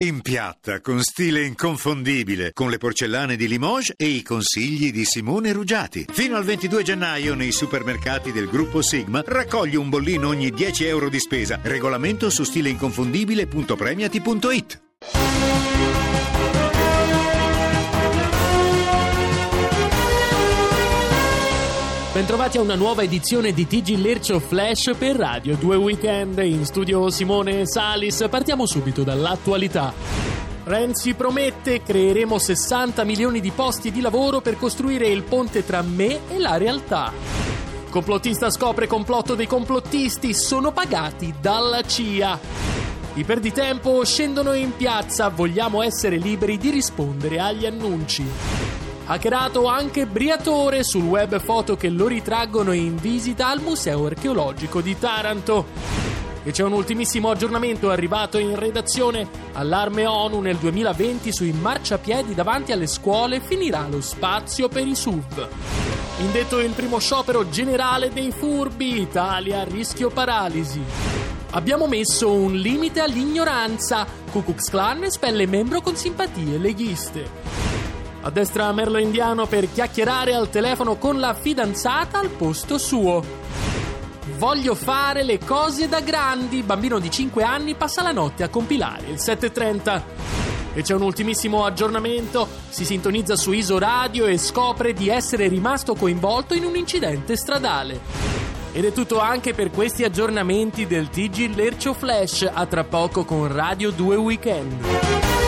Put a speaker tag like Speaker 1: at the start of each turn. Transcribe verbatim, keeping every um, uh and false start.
Speaker 1: In piatta, con stile inconfondibile, con le porcellane di Limoges e i consigli di Simone Ruggiati. Fino al ventidue gennaio nei supermercati del gruppo Sigma raccogli un bollino ogni dieci euro di spesa. Regolamento su stileinconfondibile punto premiati punto it.
Speaker 2: Bentrovati a una nuova edizione di T G Lercio Flash per Radio due Weekend. In studio Simone Salis. Partiamo subito dall'attualità. Renzi promette: creeremo sessanta milioni di posti di lavoro per costruire il ponte tra me e la realtà. Complottista scopre complotto dei complottisti, sono pagati dalla C I A. I perditempo scendono in piazza, vogliamo essere liberi di rispondere agli annunci. Hackerato anche Briatore, sul web foto che lo ritraggono in visita al Museo Archeologico di Taranto. E c'è un ultimissimo aggiornamento arrivato in redazione. Allarme ONU: nel duemilaventi sui marciapiedi davanti alle scuole finirà lo spazio per i S U V. Indetto il primo sciopero generale dei furbi, Italia a rischio paralisi. Abbiamo messo un limite all'ignoranza, Ku Klux Klan espelle membro con simpatie leghiste. A destra Merlo Indiano per chiacchierare al telefono con la fidanzata al posto suo. Voglio fare le cose da grandi, bambino di cinque anni passa la notte a compilare il sette e trenta. E c'è un ultimissimo aggiornamento, si sintonizza su Isoradio e scopre di essere rimasto coinvolto in un incidente stradale. Ed è tutto anche per questi aggiornamenti del T G Lercio Flash. A tra poco con Radio due Weekend.